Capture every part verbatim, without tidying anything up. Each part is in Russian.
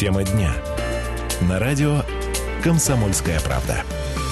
Тема дня. На радио «Комсомольская правда».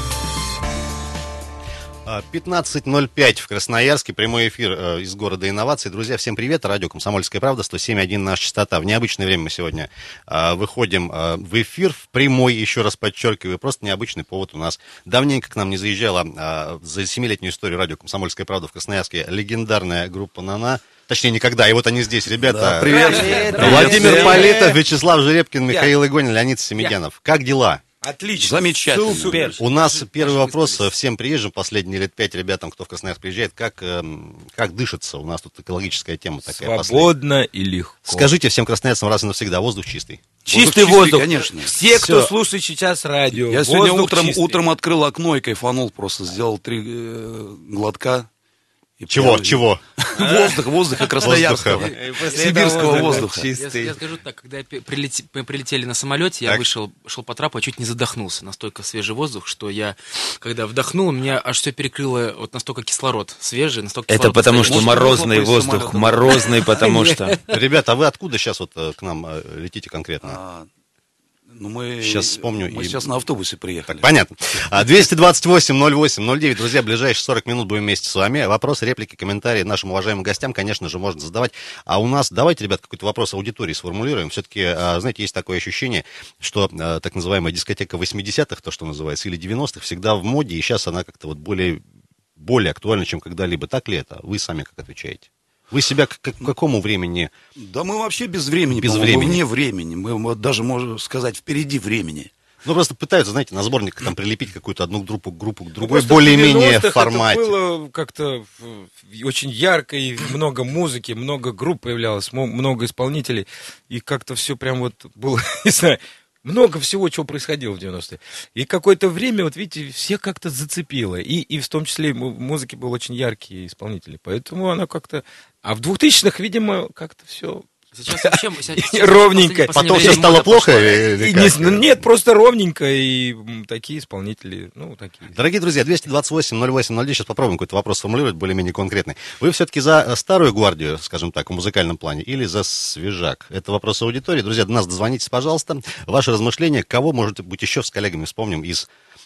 пятнадцать ноль пять в Красноярске, прямой эфир э, из города инноваций. Друзья, всем привет, радио «Комсомольская правда», сто семь и один наша частота. В необычное время мы сегодня э, выходим э, в эфир, в прямой, еще раз подчеркиваю, просто необычный повод у нас. Давненько к нам не заезжала э, за семилетнюю историю радио «Комсомольская правда» в Красноярске легендарная группа «Нана». Точнее, никогда, и вот они здесь, ребята. Да, привет. Привет. Владимир привет. Политов, Вячеслав Жеребкин, Михаил Игонин, Леонид Семиденов. Как дела? Отлично. Замечательно. Супер. У нас первый вопрос всем приезжим, последние лет пять ребятам, кто в Красноярск приезжает, как, как дышится? У нас тут экологическая тема такая. Свободно и легко. Скажите всем красноярцам раз и навсегда, воздух чистый. Чистый воздух, воздух. Конечно. Все, Все, кто слушает сейчас радио. Я сегодня утром, утром открыл окно и кайфанул просто, сделал три э, глотка. И чего, прям... чего? Воздух, воздуха красноярского, сибирского воздуха. Я, я скажу так, когда прилети, мы прилетели на самолете, я так. вышел, шел по трапу, а чуть не задохнулся. Настолько свежий воздух, что я, когда вдохнул, меня аж все перекрыло, вот настолько кислород свежий, настолько Это потому, что морозный воздух, морозный, потому что... Ребята, а вы откуда сейчас вот к нам летите конкретно? Ну, мы сейчас вспомню. Мы и... сейчас на автобусе приехали. Так, понятно. двести двадцать восемь ноль восемь ноль девять. Друзья, ближайшие сорок минут будем вместе с вами. Вопросы, реплики, комментарии нашим уважаемым гостям, конечно же, можно задавать. А у нас, давайте, ребят, какой-то вопрос аудитории сформулируем. Все-таки, знаете, есть такое ощущение, что так называемая дискотека восьмидесятых, то, что называется, или девяностых, всегда в моде, и сейчас она как-то вот более, более актуальна, чем когда-либо. Так ли это? Вы сами как отвечаете? Вы себя к, к какому времени? Да мы вообще без времени. Без времени. Мы вне времени. Мы вот даже, можно сказать, впереди времени. Ну, просто пытаются, знаете, на сборник там прилепить какую-то одну группу к группу к другой, ну, более-менее в формате. Это было как-то очень ярко, и много музыки, много групп появлялось, много исполнителей, и как-то все прям вот было, не знаю, много всего, чего происходило в девяностые. И какое-то время, вот видите, всех как-то зацепило. И, и в том числе в музыке были очень яркие исполнители. Поэтому она как-то... А в двухтысячных, видимо, как-то все... Сейчас вообще, сейчас, ровненько. Потом все стало плохо? И, не, нет, просто ровненько, и такие исполнители, ну, такие. Дорогие друзья, двести двадцать восемь ноль восемь ноль девять, сейчас попробуем какой-то вопрос сформулировать, более-менее конкретный. Вы все-таки за старую гвардию, скажем так, в музыкальном плане, или за свежак? Это вопрос аудитории. Друзья, до нас дозвонитесь, пожалуйста. Ваши размышления, кого, может быть, еще с коллегами вспомним из...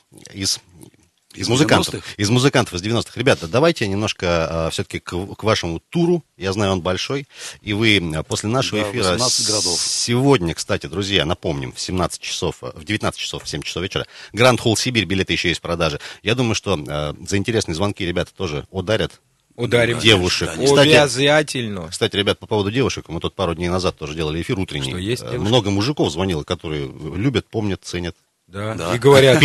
из Из музыкантов, из музыкантов из девяностых. Ребята, давайте немножко а, все-таки к, к вашему туру. Я знаю, он большой. И вы после нашего да, эфира сегодня, кстати, друзья, напомним, в семнадцать часов, в девятнадцать часов, в семь часов вечера, Гранд Холл Сибирь, билеты еще есть в продаже. Я думаю, что а, за интересные звонки ребята тоже ударят. Ударим. Девушек. Обязательно. Кстати, ребят, по поводу девушек, мы тут пару дней назад тоже делали эфир утренний. Что, есть девушки? Много мужиков звонило, которые любят, помнят, ценят. Да. Да. И говорят,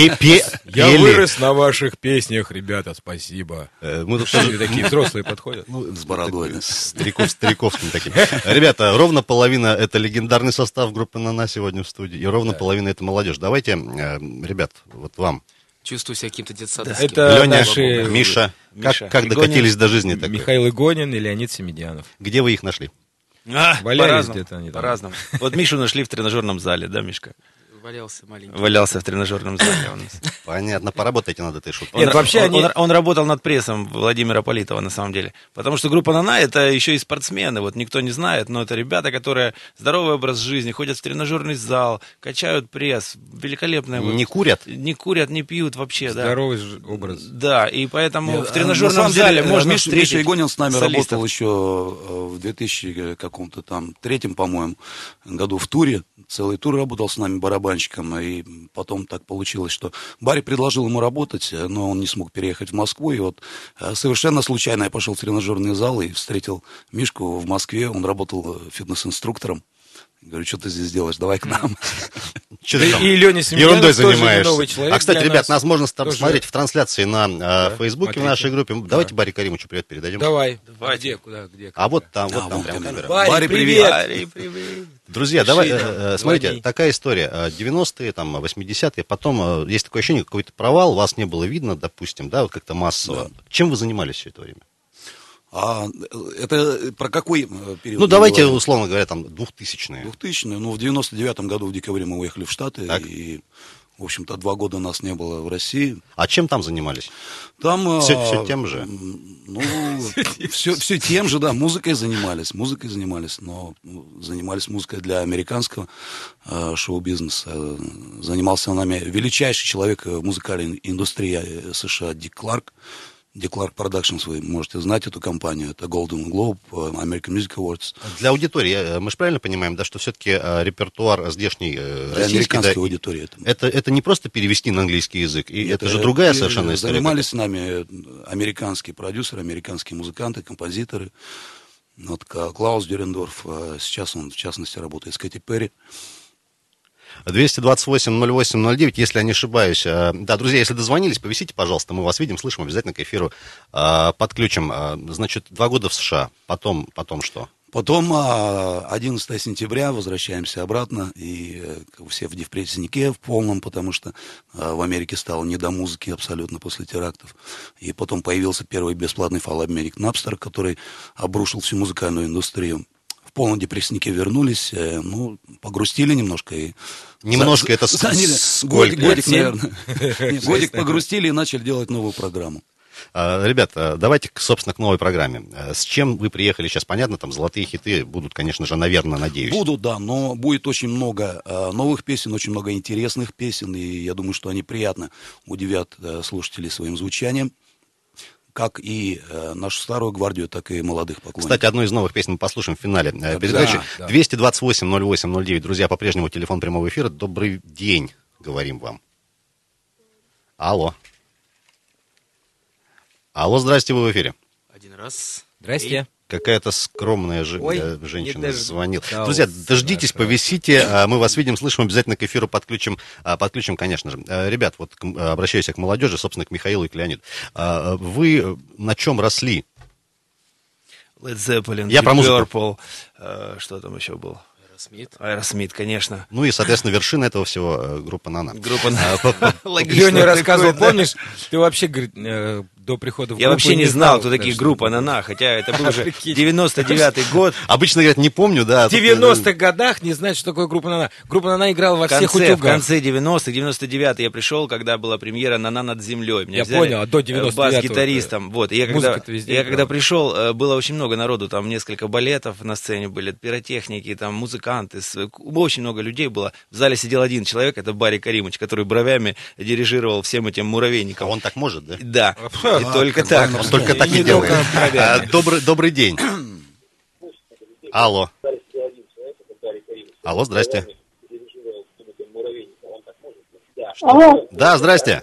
я вырос на ваших песнях, ребята, спасибо. Мы тут тоже такие взрослые подходят. Ну, с бородой. Стариков, стариковским таким. Ребята, ровно половина это легендарный состав группы «Нана» сегодня в студии, и ровно да. половина это молодежь. Давайте, ребят, вот вам. Чувствую себя каким-то детсадовским. Это Леня, наши... Миша, Миша. Как, как Игонин, докатились до жизни такой? Михаил Игонин и Леонид Семиденов. Где вы их нашли? А, Валялись где-то они там. По-разному. Вот Мишу нашли в тренажерном зале, да, Мишка? Валялся маленький. Валялся в тренажерном зале у нас. Понятно, поработайте над этой шуткой. Нет, он, вообще он, они... он, он работал над прессом Владимира Политова, на самом деле. Потому что группа «Нана» — это еще и спортсмены. Вот никто не знает, но это ребята, которые здоровый образ жизни, ходят в тренажерный зал, качают пресс. Великолепные. Не вот, курят? Не курят, не пьют вообще, да. Здоровый образ. Да, и поэтому Нет, в тренажерном зале деле, можно Миша, встретить Миша Игонин с нами солистов. Работал еще в две тысячи каком-то там третьем, по-моему, году в туре. Целый тур работал с нами барабанщиком, и потом так получилось, что Барри предложил ему работать, но он не смог переехать в Москву, и вот совершенно случайно я пошел в тренажерный зал и встретил Мишку в Москве, он работал фитнес-инструктором. Говорю, что ты здесь делаешь, давай к нам. Что ты там и Леня Семиденов ерундой тоже занимаешься. новый человек. А, кстати, ребят, нас можно тоже... смотреть в трансляции на да, Фейсбуке смотрите. в нашей группе. Да. Давайте Барри Каримовичу привет передадим. Давай. Давай. Где, куда, где? А вот там, а, вот там вот прям камера. камера. Барри, Барри, привет. Барри, привет. Друзья, Пиши, давай, да, э, смотрите, звони. такая история. девяностые, там, восьмидесятые, потом э, есть такое ощущение, какой-то провал, вас не было видно, допустим, да, вот как-то массово. Да. Чем вы занимались все это время? А это про какой период? Ну, давайте, условно говоря, там, двухтысячные. Двухтысячные. Ну, в девяносто девятом году в декабре мы уехали в Штаты, так. и В общем-то, два года нас не было в России. А чем там занимались? Там... Все, а, все тем же? Ну, все, все тем же, да, музыкой занимались, музыкой занимались, но занимались музыкой для американского э, шоу-бизнеса. Занимался нами величайший человек в музыкальной индустрии США Дик Кларк. Дик Кларк Productions, вы можете знать эту компанию, это Golden Globe, American Music Awards. Для аудитории, мы же правильно понимаем, да, что все-таки репертуар здешний, для российский, американской да, аудитории. Это, это, это не просто перевести на английский язык, и Нет, это же другая и совершенно история. Занимались с нами американские продюсеры, американские музыканты, композиторы. Вот Клаус Дюрендорф, сейчас он, в частности, работает с Кэти Перри. двести двадцать восемь ноль восемь ноль девять, если я не ошибаюсь. Да, друзья, если дозвонились, повисите, пожалуйста, мы вас видим, слышим, обязательно к эфиру подключим. Значит, два года в США, потом, потом что? Потом одиннадцатого сентября возвращаемся обратно, и все в депресснике в полном, потому что в Америке стало не до музыки абсолютно после терактов. И потом появился первый бесплатный файл American Napster, который обрушил всю музыкальную индустрию. В полном депресснике вернулись, ну, погрустили немножко. И немножко за, это заняли годик, годик, наверное. Годик погрустили и начали делать новую программу. Ребята, давайте, собственно, к новой программе. С чем вы приехали сейчас? Понятно, там золотые хиты будут, конечно же, наверное, надеюсь. Будут, да, но будет очень много новых песен, очень много интересных песен, и я думаю, что они приятно удивят слушателей своим звучанием. Как и э, нашу старую гвардию, так и молодых поклонников. Кстати, одну из новых песен мы послушаем в финале э, передачи. Да, да. двести двадцать восемь ноль восемь ноль девять. Друзья, по-прежнему телефон прямого эфира. Добрый день, говорим вам. Алло. Алло, здрасте, вы в эфире. Один раз. Здрасте. Какая-то скромная же, Ой, э, женщина дож... звонила. Да, Друзья, дождитесь, хорошо. повисите, э, мы вас видим, слышим, обязательно к эфиру подключим, э, подключим, конечно же. Э, ребят, вот к, обращаюсь я к молодежи, собственно, к Михаилу и к Леониду. Э, вы на чем росли? Led Zeppelin, Я Deep про музыку. Purple, э, что там еще было? Аэросмит. Аэросмит, конечно. Ну и, соответственно, вершина этого всего э, группа «Нана». Группа Леоня Логично. рассказывал, такое, да. помнишь, ты вообще, говорит, э, до прихода в Я группу вообще не знал, кто даже, такие что группы это было. «Нана», хотя это был уже Прикинь. девяносто девятый год. Обычно говорят, не помню, да. В девяностых годах не знать, что такое группа «Нана». Группа «Нана» играла во В всех конце, в утюгах. конце девяностых, девяносто девятый я пришел, когда была премьера «Нана над землей». Меня Я взяли, понял, а до э, девяносто девятого бас-гитаристом. Вот, и я когда, музыка-то везде я играла. когда пришел, э, было очень много народу, там несколько балетов на сцене были, пиротехники, там музыканты, с- очень много людей было. В зале сидел один человек, это Барри Каримович, который бровями дирижировал всем этим А муравейником. он так может, да? Да, А, и только как так. правильно Он только так и не делает. только бровями. А, Добрый, добрый день. Алло. Алло, здрасте. Алло, Да, здрасте.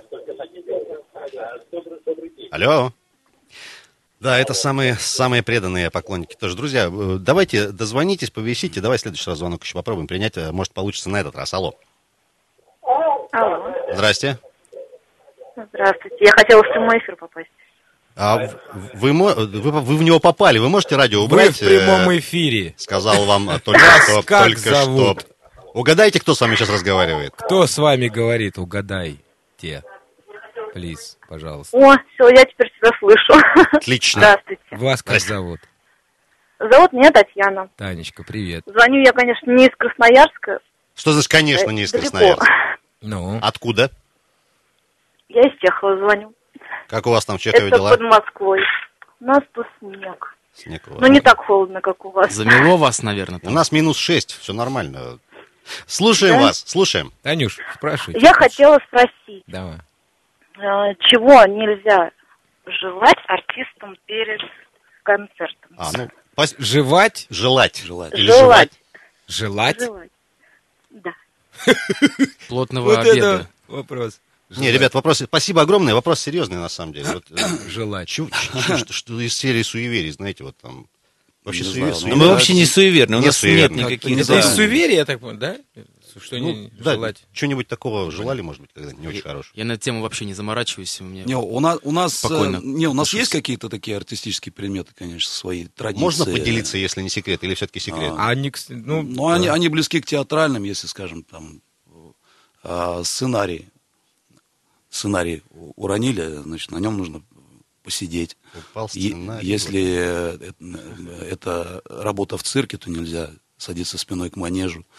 Алло. Да, это самые, самые преданные поклонники тоже. Друзья, э, давайте дозвонитесь, повисите. Давай в следующий раз звонок еще попробуем принять. э, Может, получится на этот раз. Алло. алло, Здрасте. здравствуйте. Я хотела в прямой эфир попасть. А в- вы, мо- вы, вы в него попали. Вы можете радио Вы убрать? в прямом Э, эфире. Сказал вам э, только Вас что. как Только зовут? что. Угадайте, кто с вами сейчас разговаривает. Кто с вами говорит? Угадайте. Плиз, пожалуйста. О, все, я теперь тебя слышу. Отлично. Здравствуйте. Вас как Здрасте. зовут? Зовут меня Татьяна. Танечка, привет. Звоню я, конечно, не из Красноярска. Что значит, конечно, не из Далеко. Красноярска? Ну, Откуда? Я из Чехова звоню. Как у вас там в Чехове Это дела? под Москвой. У нас тут снег. Снег у вас. Ну, не так холодно, как у вас. Замело вас, наверное, У там. нас минус шесть, все нормально. Слушаем Да? вас, слушаем. Танюш, спрашивай. Я хотела спросить, Давай. э, чего нельзя желать артистам перед концертом? А, ну, пос- Жевать, желать. Желать. Или Желать. желать. Желать. Да. Плотного Вот обеда. это вопрос. Не, ребят, вопрос, спасибо огромное, вопрос серьезный на самом деле. Вот, э, Желать. чё- чё- что, что из серии суеверий, знаете, вот там. Вообще Не суе- знаю, суеверие. Но мы вообще не суеверны, у Не нас нет суеверны. никаких... Не Это знаю. из суеверия, я так понял, да? Что Ну, не да, желать? что-нибудь такого желали, может быть, когда не очень хорошего. Я на эту тему вообще не заморачиваюсь. У меня... Не, у нас, у нас, Спокойно. э, не, у нас Слушай, есть какие-то такие артистические предметы, конечно, свои традиции. Можно поделиться, если не секрет, или все-таки секрет? А они, кс- ну, Ну, они, они близки к театральным, если, скажем, там, э, сценарий. Сценарий у- уронили, значит, на нем нужно посидеть. Упал Е- сценарий. Если э, э, это работа в цирке, то нельзя садиться спиной к манежу.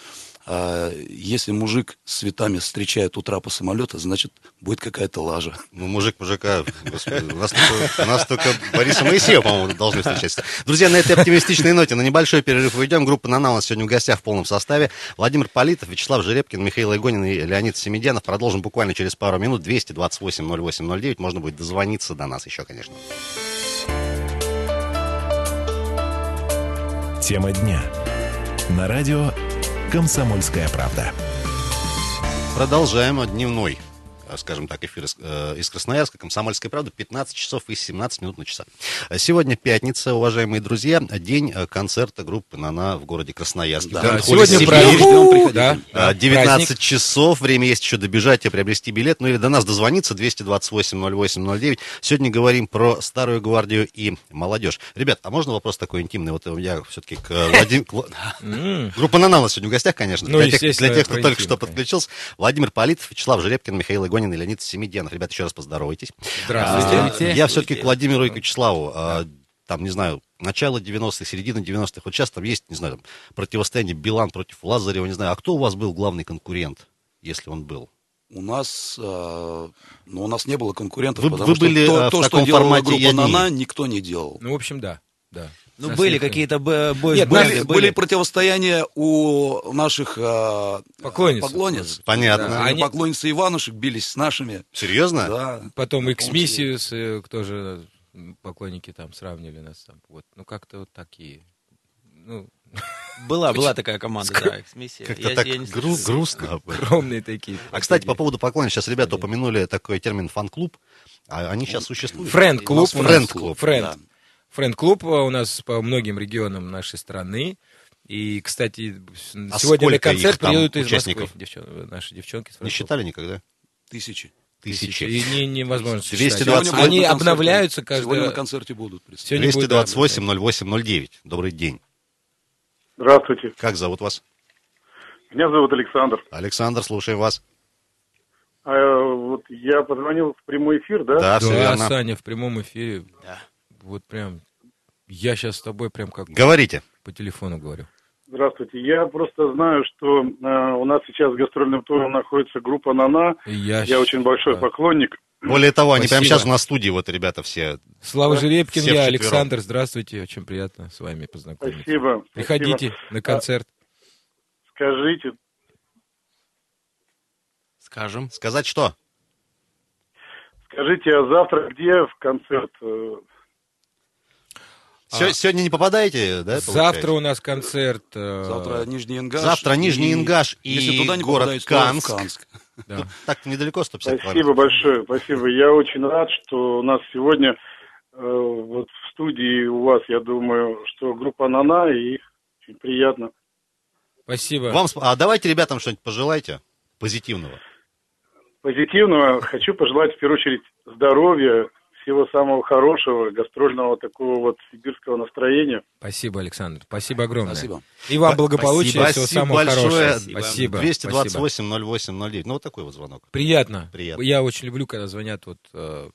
А если мужик с цветами встречает у трапа самолета, значит, будет какая-то лажа. Ну, мужик мужика, господи, у нас только, у нас только Бориса Моисеева, по-моему, должны встречаться. Друзья, на этой оптимистичной ноте на небольшой перерыв уйдем. Группа «Нана» у нас сегодня в гостях в полном составе. Владимир Политов, Вячеслав Жеребкин, Михаил Игонин и Леонид Семидянов. Продолжим буквально через пару минут. двести двадцать восемь ноль восемь ноль девять. Можно будет дозвониться до нас еще, конечно. Тема дня. На радио «Комсомольская правда». Продолжаем дневной, скажем так, эфир из, э, из Красноярска, «Комсомольская правда», пятнадцать часов и семнадцать минут на часах. Сегодня пятница, уважаемые друзья, день концерта группы «Нана» в городе Красноярске. Да, Да, сегодня праздник. Да, да, девятнадцать праздник. часов, время есть еще добежать и приобрести билет, ну или до нас дозвониться, двести двадцать восемь ноль восемь ноль девять. Сегодня говорим про Старую Гвардию и молодежь. Ребят, а можно вопрос такой интимный? Вот я все-таки к Владимиру... Группа «Нана» у нас сегодня в гостях, конечно. Ну, Для тех, естественно, для тех, кто про только интим, что подключился. Владимир Политов, Вячеслав Жеребкин, Михаил Игонин и Леонид Семидянов. Ребята, еще раз поздоровайтесь. Здравствуйте. А, я все-таки к Владимиру и к Вячеславу. А, там, не знаю, начало девяностых, середина девяностых. Вот сейчас там есть, не знаю, там, противостояние Билан против Лазарева, не знаю. А кто у вас был главный конкурент, если он был? У нас, э, ну, у нас не было конкурентов, Вы- потому вы что были, то, э, в то, что таком делала формате группа «Я не». «Нана», никто не делал. Ну, в общем, да. да. Ну, Совсем были так. какие-то б- бои Нет, с банды, Были, были противостояния у наших э, Поклонниц. поклонниц. Понятно. Да, Они- Поклонницы Иванушек бились с нашими. Серьезно? Да. Потом В X том числе. Миссиус, э, кто же м, поклонники там сравнили нас там. Вот. Ну, как-то вот такие. Ну, Была, была такая команда, да, «Экс-миссия». Как-то Я- так я не гру- слышал. грустно. огромные такие. А, кстати, по поводу поклонников, сейчас ребята упомянули такой термин «фан-клуб». А они сейчас существуют? Френд-клуб. У нас у нас. френд-клуб, Френд. да. Френд-клуб у нас по многим регионам нашей страны. И, кстати, А сегодня на сколько их концерт там приедут из участников? Москвы. Девчон- наши девчонки. с Не френд-клуба. считали никогда? Тысячи. Тысячи. И не, невозможно двести считать. двадцать Сегодня Они будут на концерте. обновляются каждый... Сегодня на концерте будут представить. Сегодня двести будет, двадцать да, восемь ноль восемь ноль девять. Добрый день. Здравствуйте. Как зовут вас? Меня зовут Александр. Александр, слушаем вас. А, вот я позвонил в прямой эфир, да? Да, все Да, верно. Саня, в прямом эфире. Вот прям... Я сейчас с тобой прям как Говорите. по телефону говорю. Здравствуйте. Я просто знаю, что э, у нас сейчас в гастрольном туре находится группа «Нана». И я Я очень большой да. поклонник. Более того, они прямо Спасибо. сейчас на студии, вот ребята все. Слава Жеребкин, все я вчетвером. Александр. Здравствуйте, очень приятно с вами познакомиться. Спасибо. Приходите спасибо. на концерт. А, скажите, Скажем. Сказать что? скажите, а завтра где в концерт? Э, Сё- А. Сегодня не попадаете, да? Завтра получается? у нас концерт. э, Завтра Нижний Ингаш. Завтра Нижний и Ингаш и если туда не город попадаете, то Канск. в Канск. да. Тут так недалеко, сто пятьдесят Спасибо большое, спасибо. Я очень рад, что у нас сегодня э, вот в студии у вас, я думаю, что группа «Нана», и очень приятно. Спасибо. Вам, сп- а давайте ребятам что-нибудь пожелайте позитивного. Позитивного хочу пожелать в первую очередь здоровья, всего самого хорошего, гастрольного такого вот сибирского настроения. Спасибо, Александр. Спасибо огромное. Спасибо. И вам благополучия, Спасибо всего самого большое. хорошего. Спасибо. Спасибо. двести двадцать Спасибо. восемь ноль восемь ноль девять. Ну, вот такой вот звонок. Приятно. Приятно. Я очень люблю, когда звонят вот э,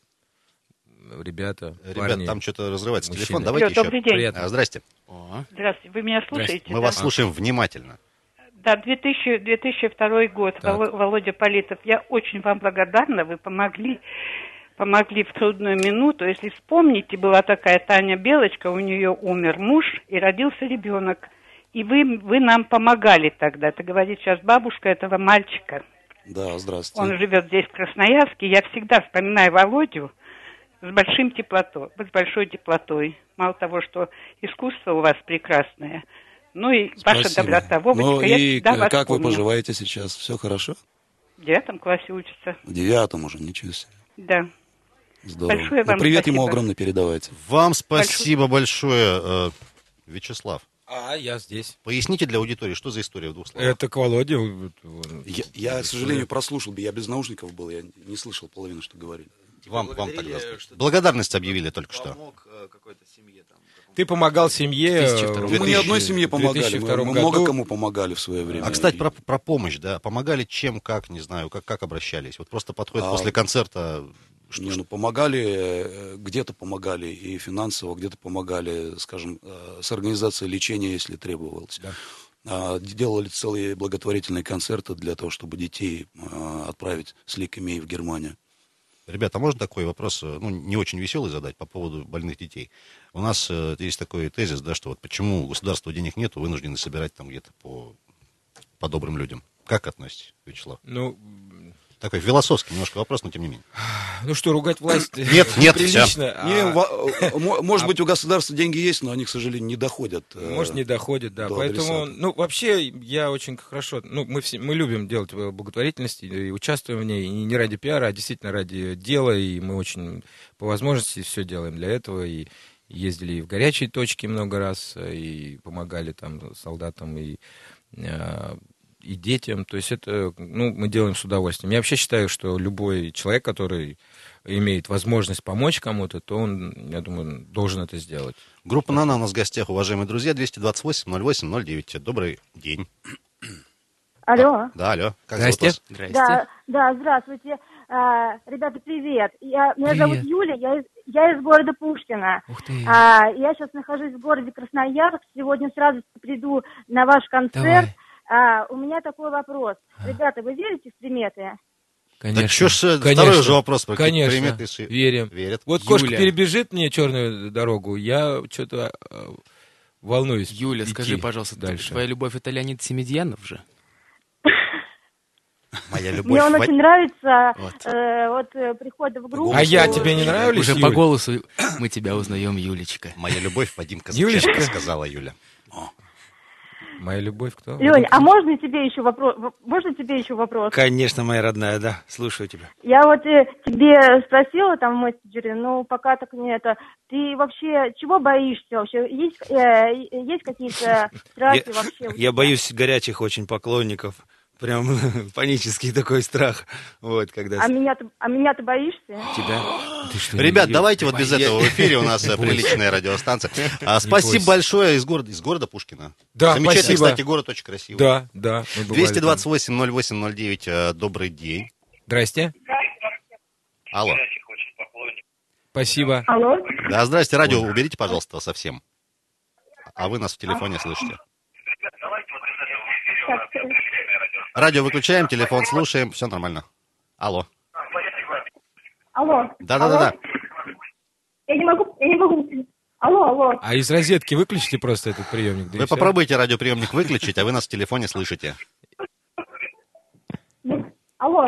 ребята, Ребят, парни. там что-то разрывается мужчины. телефон. Давайте Алло, еще. добрый день. Приятно. А, здрасте. О, Здравствуйте, вы меня слушаете? Мы да? вас слушаем внимательно. Да, две тысячи, две тысячи второй год, Так. Воло- Володя Политов. Я очень вам благодарна, вы помогли, помогли в трудную минуту. Если вспомните, была такая Таня Белочка, у нее умер муж и родился ребенок. И вы, вы нам помогали тогда. Это говорит сейчас бабушка этого мальчика. Да, здравствуйте. Он живет здесь, в Красноярске. Я всегда вспоминаю Володю с большим теплотой, с большой теплотой. Мало того, что искусство у вас прекрасное, ну и ваша Спасибо. доброта. Вовочка, Ну я и всегда вас как вы помню. поживаете сейчас? Все хорошо? В девятом классе учится. В девятом уже, ничего себе. Да. Здорово. Большое Ну, вам привет ему спасибо. огромно передавайте. Вам спасибо большое, э, Вячеслав. А, я здесь. Поясните для аудитории, что за история в двух словах. Это к Володе. вот, он- Я, я, к сожалению, прослушал, я без наушников был, я не слышал половину, что говорили. Вам, вам Благодарили, тогда. что- Благодарность объявили только что. Помог э, какой-то семье там. какому-то- Ты помогал семье. В две тысячи втором. э, Мы две ни тысячи- одной семье помогали, две тысячи мы, втором мы много году. кому помогали в свое время. А, кстати, И- про, про помощь, да, помогали чем, как, не знаю, как, как обращались. Вот просто подходит А, после концерта. Что, Не, ну, помогали, э, где-то помогали и финансово, где-то помогали, скажем, э, с организацией лечения, если требовалось. Да. делали целые благотворительные концерты для того, чтобы детей отправить с лейкемией в Германию. Ребята, а можно такой вопрос, ну, не очень веселый задать по поводу больных детей? У нас э, есть такой тезис, да, что вот почему у государства денег нету, вынуждены собирать там где-то по, по добрым людям. Как относитесь, Вячеслав? Ну... Такой философский немножко вопрос, но тем не менее. Ну что, ругать власть нет, нет, прилично. А... Не, может быть, у государства деньги есть, но они, к сожалению, не доходят. Может, не доходят, да. Поэтому, ну, вообще, я очень хорошо... Ну, мы, все, мы любим делать благотворительность и участвуем в ней. И не ради пиара, а действительно ради дела. И мы очень по возможности все делаем для этого. И ездили и в горячие точки много раз, и помогали там солдатам, и... и детям, то есть это, ну, мы делаем с удовольствием. Я вообще считаю, что любой человек, который имеет возможность помочь кому-то, то он, я думаю, должен это сделать. Группа «Нана» у нас в гостях, уважаемые друзья, двести двадцать восемь ноль восемь ноль девять. Добрый день. Алло. Да, алло. Как Здрасте. зовут вас? Здрасте. Да, да, здравствуйте. А, ребята, привет. Я, меня Привет. зовут Юля, я из, я из города Пушкино. Ух ты. А, я сейчас нахожусь в городе Красноярск. Сегодня сразу приду на ваш концерт. Давай. А, у меня такой вопрос. Ребята, вы верите в приметы? Конечно. Так что ж, э, Конечно. второй же вопрос. Про какие Конечно, приметы ши- верим. Верят. Вот кошка Юля. перебежит мне черную дорогу, я что-то э, волнуюсь. Юля, идти скажи, пожалуйста, дальше. твоя любовь — это Леонид Семедьянов же? Моя любовь. Мне он в- очень нравится. Вот. э, вот э, приходит в группу. А я тебе не нравлюсь, Уже Юль? по голосу мы тебя узнаем, Юлечка. Моя любовь, Вадим Казаченко, Юлечка. сказала Юля. Моя любовь кто? Лень, а можно тебе еще вопрос? Можно тебе еще вопрос? Конечно, моя родная, да, слушаю тебя. Я вот э, тебе спросила там в мессенджере, ну пока так не это. Ты вообще чего боишься вообще? Есть э, есть какие-то страхи Я, вообще? у я тебя? боюсь горячих очень поклонников. Прям панический такой страх. Вот, когда... А меня ты, а меня ты боишься? Тебя? Ты что, Ребят, Юль, давайте вот без я- этого в эфире, у нас э, приличная радиостанция. А, Спасибо бойся. большое из города, из города Пушкина. Да, Замечательный, спасибо. кстати, город очень красивый. Да, да. мы бывали двести там. двадцать восемь ноль восемь ноль девять, э, добрый день. Здрасте. Алло. Спасибо. Алло? Да, здрасте, радио уберите, пожалуйста, совсем. А вы нас в телефоне слышите. Радио выключаем, телефон слушаем, все нормально. Алло. Алло? Да-да-да-да. Алло? Я не могу, я не могу. Алло, алло. А из розетки выключите просто этот приемник. да и Вы всё. попробуйте радиоприемник выключить, а вы нас в телефоне слышите. Алло.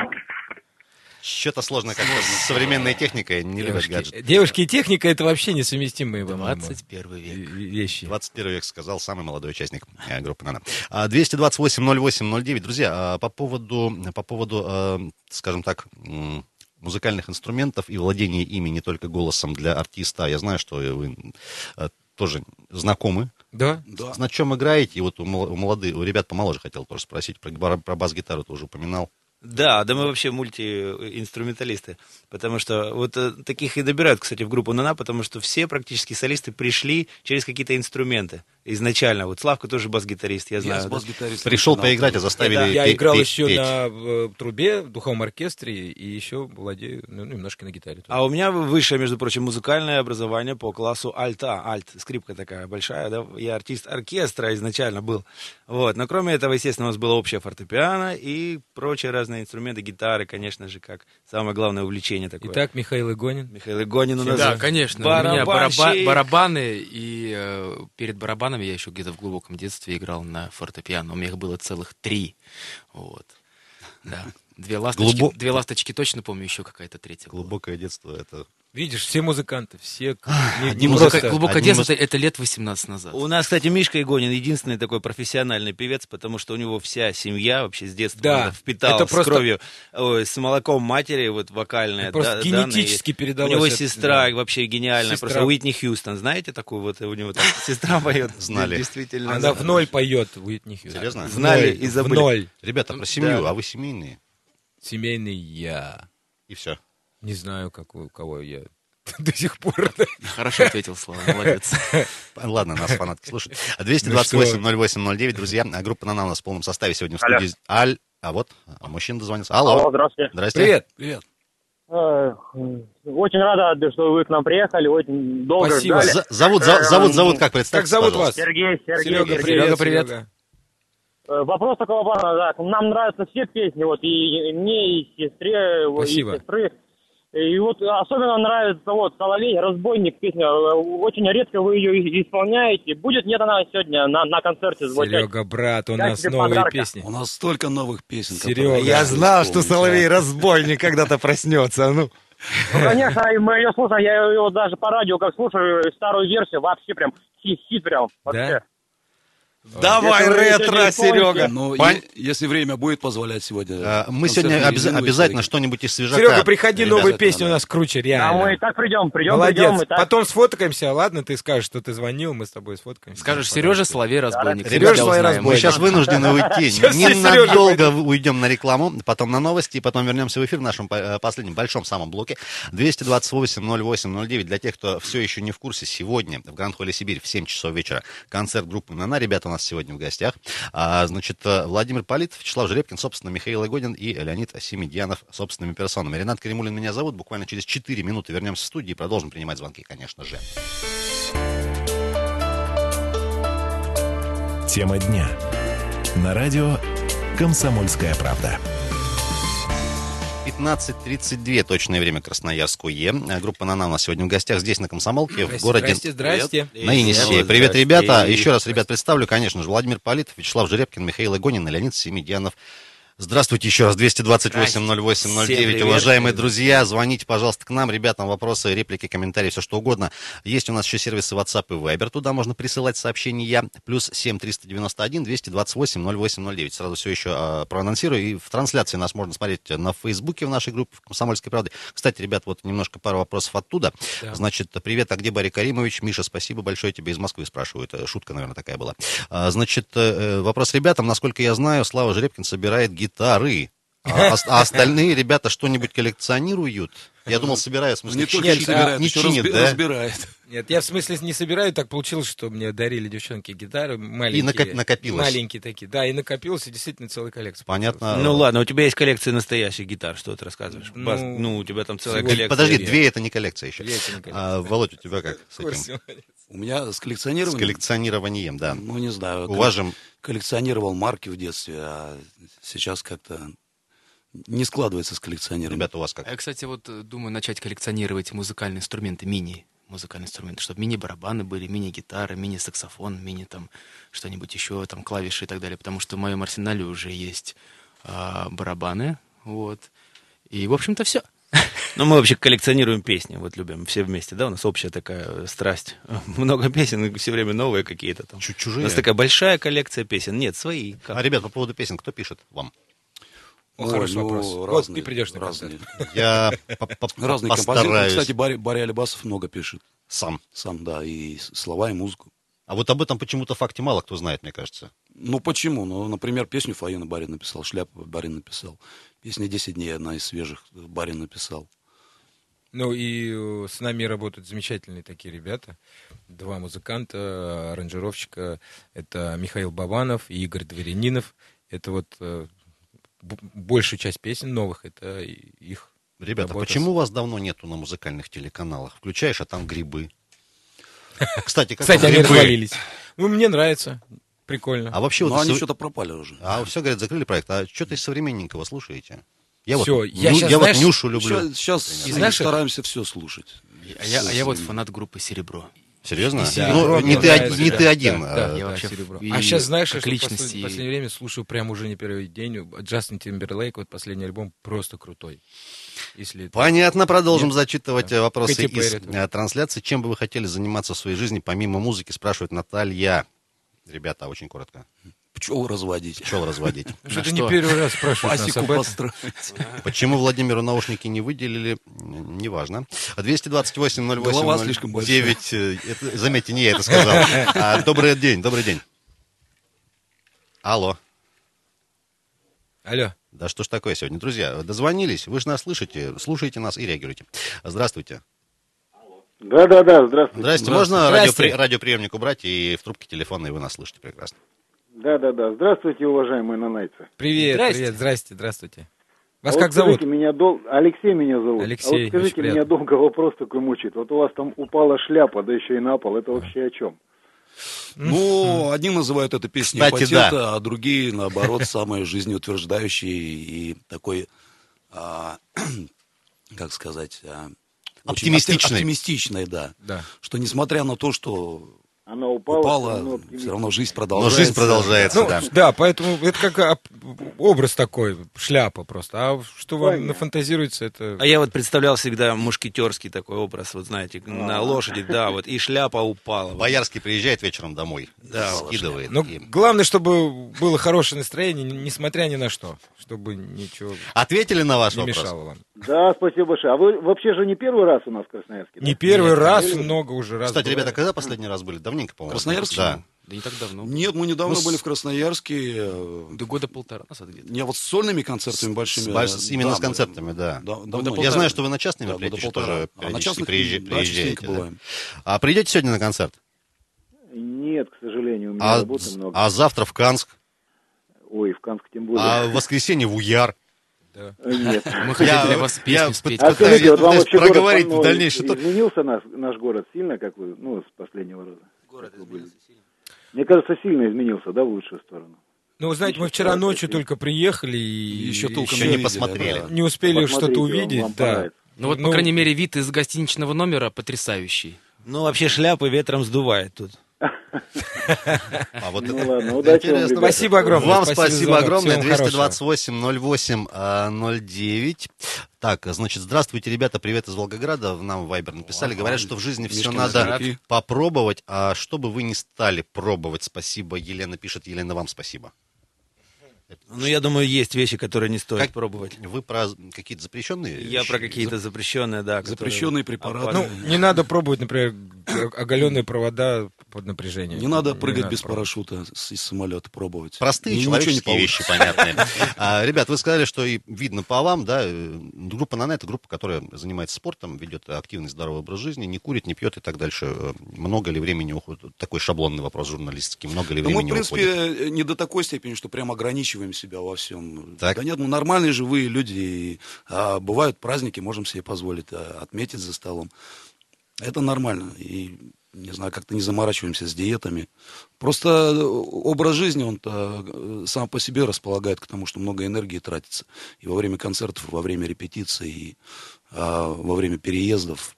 Что-то сложно как-то с современной техникой, не любят гаджеты. Девушки, девушки и техника — это вообще несовместимые, по-моему, двадцать первый и- век. и- вещи. двадцать первый век, сказал самый молодой участник э, группы «Нана». А, двести двадцать восемь ноль восемь ноль девять. Друзья, а, по поводу, по поводу, э, скажем так, м, музыкальных инструментов и владения ими не только голосом для артиста. Я знаю, что вы э, тоже знакомы. Да? Да. На чем играете? И вот у мол- у молодых, у ребят помоложе хотел тоже спросить. Про, бар- про бас-гитару ты уже упоминал. Да, да мы вообще мультиинструменталисты, потому что вот э, таких и добирают, кстати, в группу «Нана», потому что все практически солисты пришли через какие-то инструменты изначально. Вот Славка тоже бас-гитарист, я Я знаю. с да? бас-гитаристом Пришел начинал поиграть, а тоже. заставили Я пе- играл пе- еще петь. на э, трубе, в духовом оркестре, и еще владею, ну, немножко на гитаре. тоже. А у меня высшее, между прочим, музыкальное образование по классу альта. Альт, скрипка такая большая, да? Я артист оркестра изначально был. Вот. Но кроме этого, естественно, у нас было общее фортепиано и прочие разные инструменты, гитары, конечно же, как самое главное увлечение такое. Итак, Михаил Игонин. Михаил Игонин у нас. Да, конечно. У меня барабанщик. бараба- барабаны, и э, перед барабанами я еще где-то в глубоком детстве играл на фортепиано. У меня их было целых три. Вот. Да. Две ласточки, Глубо- две ласточки точно помню, еще какая-то третья была. Глубокое детство, это... Видишь, все музыканты, все... не- Одни не Глубоко- просто- глубокое одним детство из- это, это лет восемнадцать назад. У нас, кстати, Мишка Игонин единственный такой профессиональный певец, потому что у него вся семья вообще с детства Да, впитала это с просто- кровью, ой, с молоком матери, вот вокальная. Просто да- генетически данные. передалось У него это, сестра да. вообще гениальная, Сестра. просто Уитни Хьюстон, знаете такую вот, у него там сестра поет. Знали. Действительно. Она в ноль поет, Уитни Хьюстон. Серьезно? В Знали ноль, и в забыли. ноль. Ребята, про семью, Да. а вы семейные? Семейный я. И все. Не знаю, как у кого я до сих пор. да. Хорошо ответил, Слава, молодец. Ладно, нас фанатки слушают. двести двадцать восемь ноль восемь ноль девять, друзья. А группа «Нана» у нас в полном составе сегодня в Алло. студии. Аль, а вот, а мужчина дозвонился. Алло. Алло, здравствуйте. Здрасте. Привет. Привет. Э, Очень рада, что вы к нам приехали, очень долго Спасибо. ждали. За- зовут, за- зовут, зовут, как Как представьте, зовут пожалуйста. вас? Сергей, Сергей, Серега, Сергей. привет. Серега, привет. Серега. Вопрос такого плана, да. Нам нравятся все песни, вот, и мне, и сестре, Спасибо. и сестры. И вот особенно нравится вот «Соловей», «Разбойник» песня. Очень редко вы ее исполняете. Будет, нет, она сегодня на, на концерте звучать. Серега, брат, у Я нас тебе новые подарка. песни. У нас столько новых песен. Серега, которые Я хочется знал, что исполнить, Соловей а. разбойник когда-то проснется. Ну. Ну, конечно, и мы ее слушаем. Я ее даже по радио как слушаю, старую версию, вообще прям хит, хит прям. Вообще. Давай Если вы ретро, сегодня Серега. Ну, Пон- е- если время будет позволять сегодня. А, Мы концерт сегодня обяз- резиновый обязательно человек. что-нибудь из свежака. Серега, приходи, Ребят, новые это песни у надо. нас круче, А реально. мы и так придем, придем, Молодец. придем. И так. Потом сфоткаемся, ладно? Ты скажешь, что ты звонил, мы с тобой сфоткаемся. Скажешь, Сережа Соловей разбойник. Ребята, Сережа Соловей мы разбойник. сейчас вынуждены уйти. Сейчас все Сережа Ненадолго уйдем на рекламу, потом на новости, и потом вернемся в эфир в нашем э, последнем большом самом блоке. двести двадцать восемь ноль восемь ноль девять. Для тех, кто все еще не в курсе, сегодня в Гранд-холле Сибирь в семь часов вечера концерт группы «Нана». Ребята у нас сегодня в гостях. А, значит, Владимир Политов, Вячеслав Жеребкин, собственно, Михаил Игонин и Леонид Семидьянов собственными персонами. Ренат Каримулин меня зовут. Буквально через четыре минуты вернемся в студию и продолжим принимать звонки, конечно же. Тема дня. На радио «Комсомольская правда». пятнадцать тридцать два точное время Красноярское. Группа «Нана» у нас сегодня в гостях здесь, на Комсомолке, в Здрасте, городе здрасте, здрасте. на Енисее. Привет. Привет, Здрасте. ребята. Еще раз, ребят, представлю, конечно же, Владимир Политов, Вячеслав Жеребкин, Михаил Игонин и Леонид Семидьянов. Здравствуйте еще раз, двести двадцать восемь ноль восемь ноль девять, Всем уважаемые привет. друзья, звоните, пожалуйста, к нам, ребятам, вопросы, реплики, комментарии, все что угодно. Есть у нас еще сервисы WhatsApp и Viber, туда можно присылать сообщения, плюс семь триста девяносто один двести двадцать восемь ноль восемь ноль девять. Сразу все еще э, проанонсирую, и в трансляции нас можно смотреть на Фейсбуке в нашей группе в «Комсомольской правде». Кстати, ребят, вот немножко пару вопросов оттуда. Да. Значит, привет, а где Барри Каримович? Миша, спасибо большое тебе, из Москвы спрашивают. Э, Шутка, наверное, такая была. А, значит, э, вопрос ребятам, насколько я знаю, Слава Жеребкин собирает гитары. А, а остальные ребята что-нибудь коллекционируют? Я думал, собирают, в смысле, Не только чинят, не собирает, не еще чинят, разби- да? разбирает. Нет, я в смысле не собираю, так получилось, что мне дарили девчонки гитары маленькие. накоп- накопилось. Маленькие такие, да, и накопилось, и действительно целая коллекция. Понятно. Ну ладно, у тебя есть коллекция настоящих гитар, что ты рассказываешь? Ну, Бас, ну, у тебя там целая всего- коллекция. Подожди, есть. две это не коллекция еще. Две это не коллекция. А, Володь, у тебя как с В этим? курсе. У меня с С коллекционированием. коллекционированием, да. Ну, не знаю. Уважим. Коллекционировал марки в детстве, а сейчас как-то не складывается с коллекционированием. Ребята, у вас как? А я, кстати, вот э, думаю начать коллекционировать музыкальные инструменты, мини музыкальные инструменты, чтобы мини-барабаны были, мини-гитары, мини-саксофон, мини там что-нибудь еще, там клавиши и так далее, потому что в моем арсенале уже есть а, барабаны, вот. И, в общем-то, все. Ну, мы вообще коллекционируем песни, вот любим все вместе, да, у нас общая такая страсть. Много песен, и все время новые какие-то там. Чуть У чужие. нас такая большая коллекция песен. Нет, свои. А, ребят, по поводу песен, кто пишет вам? О, Ой, хороший ну, вопрос. Вот разные, ты придешь на разные. концерт. Я по- по- Разные композиторы. постараюсь Кстати, Барри, Барри Алибасов много пишет. сам. Сам, да, и с- слова, и музыку. А вот об этом почему-то факте мало кто знает, мне кажется. Ну, почему? Ну, например, песню Фаина Барри написал, Шляпу Барри написал. Песня «десять дней» одна из свежих Барри написал. Ну и э, с нами работают замечательные такие ребята. Два музыканта, аранжировщика. Это Михаил Бабанов и Игорь Дворянинов. Это вот э, б- большую часть песен новых, это и- их Ребята, работа. почему вас давно нету на музыкальных телеканалах? Включаешь, а там грибы. Кстати, как Кстати, вам они грибы? развалились. Ну, мне нравится. Прикольно. А вообще, Но вот они из- что-то пропали уже. а все, говорят, закрыли проект. А что-то из современненького слушаете? Я Всё, вот, я Ню- щас, я вот знаешь, Нюшу люблю. Сейчас, сейчас Из мы наших- стараемся все слушать. А я, а я вот фанат группы «Серебро». Серьезно? И Ну, Серебро не мне ты, нравится, один- не да, ты один. да, а, да, я да, вообще Серебро. и А сейчас, знаешь, как что в личности- послед- в последнее время слушаю прям уже не первый день. Джастин Тимберлейк, вот последний альбом, просто крутой. Если Понятно, продолжим Нет? зачитывать Да. э, вопросы Кэти из Перри. э, трансляции. Чем бы вы хотели заниматься в своей жизни помимо музыки, спрашивает Наталья. Ребята, очень коротко. Пчел разводить. Пчел разводить. Что-то На не что? первый раз спрашивают нас Пасеку об этом. построить. Почему Владимиру наушники не выделили, н- неважно. двести двадцать восемь ноль восемь Голова ноль слишком большая. девять. э, это, заметьте, не я это сказал. А, добрый день, добрый день. Алло. Алло. Да что ж такое сегодня? Друзья, дозвонились, вы же нас слышите, слушаете нас и реагируете. Здравствуйте. Да-да-да, здравствуйте. Здрасте, можно Здрасте. радиопри- радиоприемник убрать и в трубке телефона, и вы нас слышите прекрасно. Да-да-да, здравствуйте, уважаемые нанайцы. Привет, Здрасте. привет, здрасте, здравствуйте. Вас А как вот зовут? скажите, меня дол... Алексей меня зовут. Алексей, а вот очень скажите, приятно. меня долго вопрос такой мучает. Вот у вас там упала шляпа, да еще и на пол. Это вообще о чем? Ну, одни называют это песней Кстати, патета, да. а другие, наоборот, самые жизнеутверждающие и такой, а, как сказать, а, очень Оптимистичной. оптимистичной, да. Да. Что несмотря на то, что Она упала, упала, всё равно все равно жизнь Но продолжается. жизнь продолжается, Ну, да. да, поэтому это как а, образ такой, шляпа просто. А что вам Понятно. нафантазируется, это... А я вот представлял всегда мушкетерский такой образ, вот знаете, на лошади, да, вот, и шляпа упала. Боярский приезжает вечером домой, Да, скидывает. Но и- главное, чтобы было хорошее настроение, несмотря ни на что. Чтобы ничего Ответили на ваш не вопрос? мешало вам. Да, спасибо большое. А вы вообще же не первый раз у нас в Красноярске? да? Не первый Нет, раз, были? много уже раз. Кстати, бывает. ребята, когда последний раз были? Давненько, по-моему. Красноярске? Да. Да не так давно. Нет, мы недавно Ну, с- были в Красноярске. э, До года полтора назад где-то. Не вот с сольными концертами С- большими. с больш- а, именно да, с концертами, да. да, Я давно. полтора. знаю, что вы на частные Да, мероприятия года тоже полтора. А на периодически частных, приезжа- да, приезжаете. частенько да. бываем. А придете сегодня на концерт? Нет, к сожалению, у меня А, работы много. а завтра в Канск? Ой, в Канск тем более. А в воскресенье в Уяр? Э, Нет. Мы хотели Я- для вас я песню спеть. А пытаюсь- скажите, вот вам пытаюсь вообще город проговорить ну, дальнейшее. то- изменился наш, наш город сильно, как вы, ну, с последнего раза? Город изменился сильно? Мне кажется, сильно изменился, да, в лучшую сторону? Ну, вы знаете, мы вчера ночью только приехали и Еще толком еще не не видели, посмотрели. да. не успели Посмотрите, что-то вам- увидеть. вам Да. понравится. Ну вот, Ну, по крайней мере, вид из гостиничного номера потрясающий. Ну, вообще шляпы ветром сдувает тут. А вот Ну это ладно, удачи вам, интересно. ребята. Спасибо огромное. Вам Спасибо спасибо, за звонок. огромное. Всего двести хорошего. двадцать восемь ноль восемь ноль девять. Так, значит, здравствуйте, ребята, привет из Волгограда. Нам в Вайбер написали. Говорят, что в жизни все Мишкины надо озерки. попробовать. А что бы вы не стали пробовать? Спасибо, Елена пишет. Елена, вам спасибо. Ну, я думаю, есть вещи, которые не стоит Как- пробовать. Вы про какие-то запрещенные Я вещи? про какие-то запрещенные, да. которые Запрещенные препараты. опасны. Ну, не надо пробовать, например, г- оголенные провода под напряжением. Не надо прыгать надо без пробовать. парашюта с- из самолета пробовать. Простые Ничего не человеческие вещи, получится. понятные. А, ребят, вы сказали, что и видно по вам, да, э, группа «Нана» — это группа, которая занимается спортом, ведет активный, здоровый образ жизни, не курит, не пьет и так дальше. Э, Много ли времени уходит? Такой шаблонный вопрос журналистский. Много ли Ну, мы, в времени принципе, уходит? не до такой степени, что прям ограничиваем себя во всем. Так. Да нет, мы нормальные живые люди. И, а, бывают праздники, можем себе позволить а, отметить за столом. Это нормально. И, не знаю, как-то не заморачиваемся с диетами. Просто образ жизни, он сам по себе располагает к тому, что много энергии тратится. И во время концертов, во время репетиций, и а, во время переездов.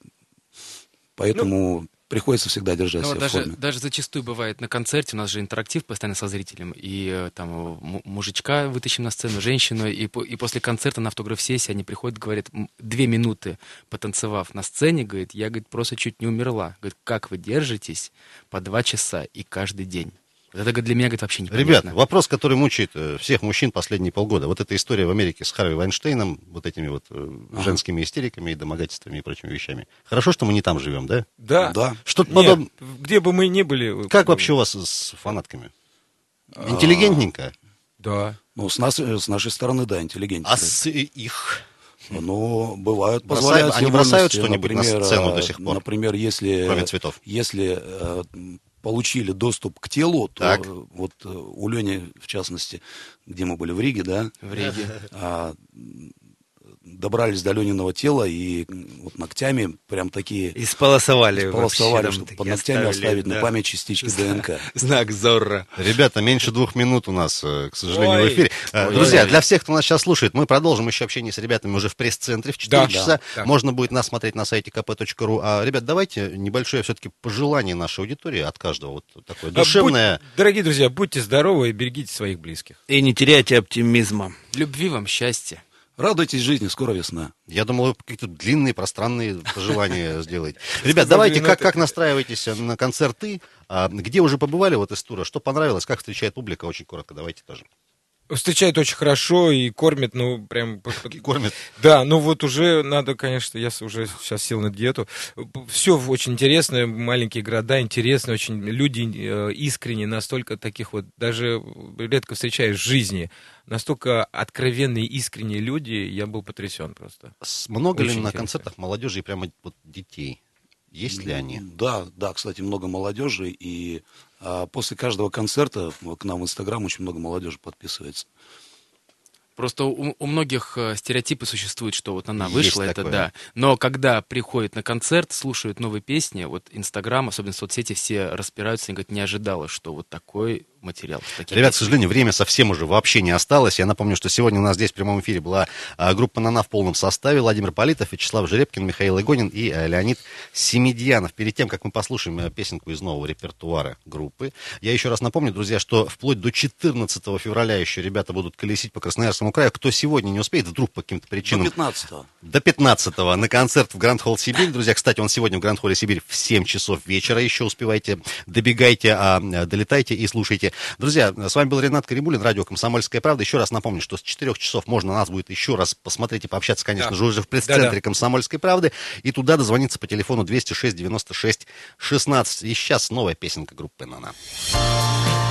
Поэтому приходится всегда держать Ну, себя вот в даже, форме. даже зачастую бывает на концерте, у нас же интерактив постоянно со зрителем, и э, там м- мужичка вытащим на сцену, женщину, и, по- и после концерта на автограф-сессии они приходят, говорят, «М, две минуты потанцевав на сцене, говорит, я, говорит, просто чуть не умерла. Говорит, как вы держитесь по два часа и каждый день? Вот это, говорит, для меня, говорит, вообще непонятно. Ребят, вопрос, который мучает э, всех мужчин последние полгода. Вот эта история в Америке с Харви Вайнштейном, вот этими вот э, женскими истериками и домогательствами и прочими вещами. Хорошо, что мы не там живем, да? Да. Да. Что-то Нет, подобное. где бы мы ни были. Как вообще у вас с фанатками? Интеллигентненько? Да. Ну, с, нас, с нашей стороны, да, интеллигентнее. А с их? Но бывают, Бросают- позволяют они себе бросают вольности. что-нибудь на Например, сцену э, до сих пор? Например, если, Кроме цветов. если э, получили доступ к телу, то Так. э, вот э, у Лени, в частности, где мы были в Риге, да, В Риге. а, м, добрались до Лениного тела и м, вот ногтями прям такие Исполосовали. полосовали, вообще, там чтобы такие под ногтями оставили, оставить на да. память частички ДНК. Знак Зорро. Ребята, меньше двух минут у нас, э, к сожалению, Ой. в эфире. Э, Ой. Друзья, Ой. для всех, кто нас сейчас слушает, мы продолжим еще общение с ребятами уже в пресс-центре в четыре Да, часа. да. Можно будет нас смотреть на сайте ка пэ точка ру. А, ребят, давайте небольшое все-таки пожелание нашей аудитории от каждого. Вот такое А душевное. будь- дорогие друзья, будьте здоровы и берегите своих близких. И не теряйте оптимизма. Любви вам, счастья. Радуйтесь жизни, скоро весна. Я думал, вы какие-то длинные, пространные пожелания сделаете. Ребят, давайте, как, как настраиваетесь на концерты? А, где уже побывали вот из тура? Что понравилось? Как встречает публика? Очень коротко, давайте тоже. Встречают очень хорошо и кормят, ну, прям... Кормят. Да, ну вот уже надо, конечно, я с- уже сейчас сел на диету. Все очень интересно, маленькие города, интересно, очень люди э, искренне, настолько таких вот, даже редко встречаешь в жизни, настолько откровенные, искренние люди, я был потрясен просто. С- Много ли Очень на интересно. концертах молодежи и прямо вот детей? Есть ли они? Да, да, кстати, много молодежи, и а, после каждого концерта к нам в Инстаграм очень много молодежи подписывается. Просто у, у многих э, стереотипы существуют, что вот она Есть вышла, это такое. да. Но когда приходят на концерт, слушают новые песни, вот Инстаграм, особенно соцсети, все распираются и говорят, не ожидала, что вот такой материал. Ребят, к сожалению, время совсем уже вообще не осталось. Я напомню, что сегодня у нас здесь в прямом эфире была а, группа «Нана» в полном составе. Владимир Политов, Вячеслав Жеребкин, Михаил Игонин и а, Леонид Семедьянов. Перед тем, как мы послушаем а, песенку из нового репертуара группы, я еще раз напомню, друзья, что вплоть до четырнадцатого февраля еще ребята будут колесить по Красноярскому краю. Кто сегодня не успеет, вдруг по каким-то причинам... До пятнадцатого. До пятнадцатого на концерт в Гранд Холл Сибирь. Друзья, кстати, он сегодня в Гранд Холле Сибирь в семь часов вечера. Еще успевайте, добегайте, а, долетайте и слушайте. Друзья, с вами был Ренат Карибулин, радио «Комсомольская правда». Еще раз напомню, что с четырех часов можно нас будет еще раз посмотреть и пообщаться, конечно Да. же, уже в пресс-центре Да-да. «Комсомольской правды». И туда дозвониться по телефону двести шесть девяносто шесть шестнадцать. И сейчас новая песенка группы «Нана».